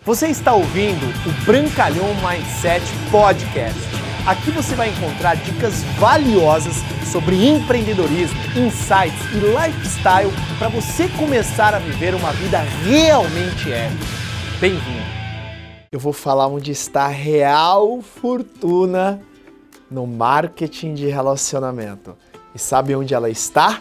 Você está ouvindo o Brancalhão Mindset Podcast. Aqui você vai encontrar dicas valiosas sobre empreendedorismo, insights e lifestyle para você começar a viver uma vida realmente épica. Bem-vindo! Eu vou falar onde está a real fortuna no marketing de relacionamento. E sabe onde ela está?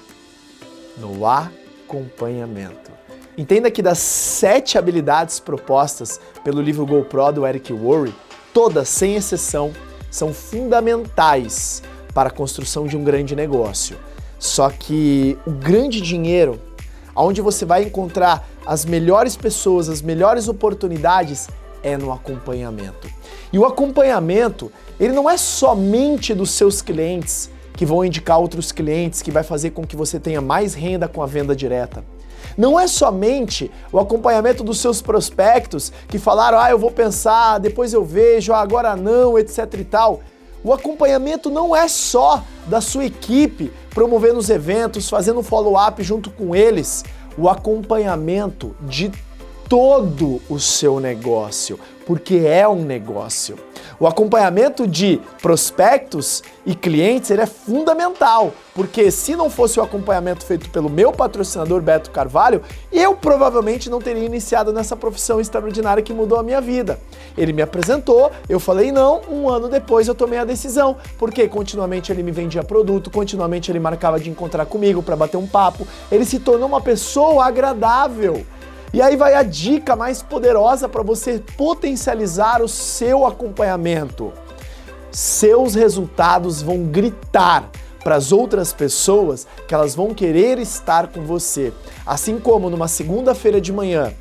No acompanhamento. Entenda que das 7 habilidades propostas pelo livro GoPro do Eric Worre, todas, sem exceção, são fundamentais para a construção de um grande negócio. Só que o grande dinheiro, onde você vai encontrar as melhores pessoas, as melhores oportunidades, é no acompanhamento. E o acompanhamento, ele não é somente dos seus clientes, que vão indicar outros clientes, que vai fazer com que você tenha mais renda com a venda direta. Não é somente o acompanhamento dos seus prospectos que falaram, eu vou pensar, depois eu vejo, agora não, etc e tal. O acompanhamento não é só da sua equipe promovendo os eventos, fazendo um follow-up junto com eles. O acompanhamento de todo o seu negócio, porque é um negócio. O acompanhamento de prospectos e clientes, ele é fundamental, porque se não fosse o acompanhamento feito pelo meu patrocinador Beto Carvalho, eu provavelmente não teria iniciado nessa profissão extraordinária que mudou a minha vida. Ele me apresentou, eu falei não, um ano depois eu tomei a decisão, porque continuamente ele me vendia produto, continuamente ele marcava de encontrar comigo para bater um papo, ele se tornou uma pessoa agradável. E aí vai a dica mais poderosa para você potencializar o seu acompanhamento. Seus resultados vão gritar para as outras pessoas que elas vão querer estar com você. Assim como numa segunda-feira de manhã,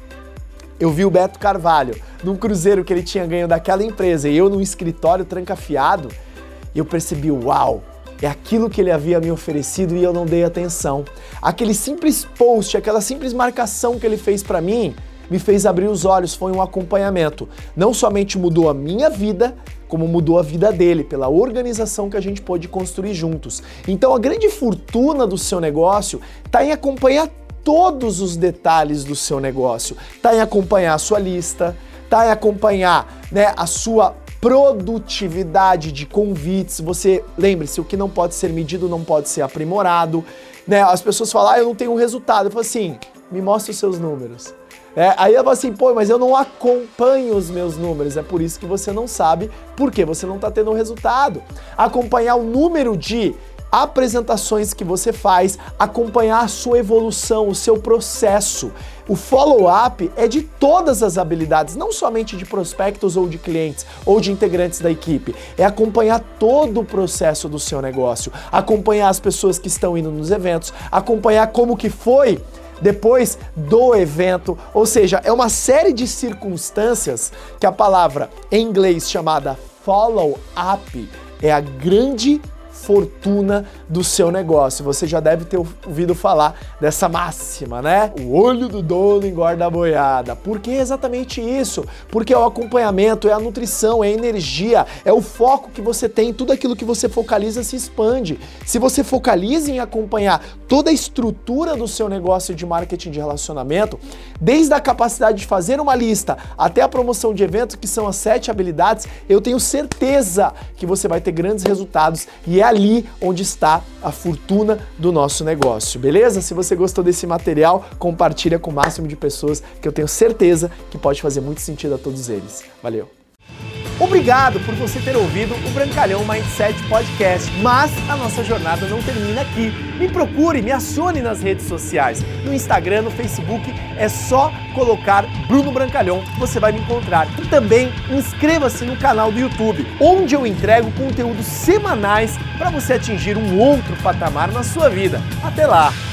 eu vi o Beto Carvalho num cruzeiro que ele tinha ganho daquela empresa e eu num escritório trancafiado, e eu percebi, uau! É aquilo que ele havia me oferecido e eu não dei atenção. Aquele simples post, aquela simples marcação que ele fez para mim, me fez abrir os olhos, foi um acompanhamento. Não somente mudou a minha vida, como mudou a vida dele, pela organização que a gente pôde construir juntos. Então a grande fortuna do seu negócio está em acompanhar todos os detalhes do seu negócio. Está em acompanhar a sua lista, está em acompanhar, a sua produtividade de convites. Você, lembre-se, o que não pode ser medido não pode ser aprimorado. As pessoas falam, eu não tenho resultado. Eu falo assim, me mostra os seus números. Aí eu falo assim, mas eu não acompanho os meus números. É por isso que você não sabe, porque você não está tendo resultado. Acompanhar o número de apresentações que você faz, acompanhar a sua evolução, o seu processo. O follow-up é de todas as habilidades, não somente de prospectos ou de clientes ou de integrantes da equipe. É acompanhar todo o processo do seu negócio, acompanhar as pessoas que estão indo nos eventos, acompanhar como que foi depois do evento, ou seja, é uma série de circunstâncias que a palavra em inglês chamada follow-up é a grande fortuna do seu negócio. Você já deve ter ouvido falar dessa máxima, né? O olho do dono engorda a boiada. Por que exatamente isso? Porque é o acompanhamento, é a nutrição, é a energia, é o foco que você tem, tudo aquilo que você focaliza se expande. Se você focaliza em acompanhar toda a estrutura do seu negócio de marketing de relacionamento, desde a capacidade de fazer uma lista até a promoção de eventos, que são as 7 habilidades, eu tenho certeza que você vai ter grandes resultados e é ali onde está a fortuna do nosso negócio, beleza? Se você gostou desse material, compartilha com o máximo de pessoas, que eu tenho certeza que pode fazer muito sentido a todos eles. Valeu! Obrigado por você ter ouvido o Brancalhão Mindset Podcast, mas a nossa jornada não termina aqui. Me procure, me acione nas redes sociais. No Instagram, no Facebook, é só colocar Bruno Brancalhão, você vai me encontrar. E também inscreva-se no canal do YouTube, onde eu entrego conteúdos semanais para você atingir um outro patamar na sua vida. Até lá!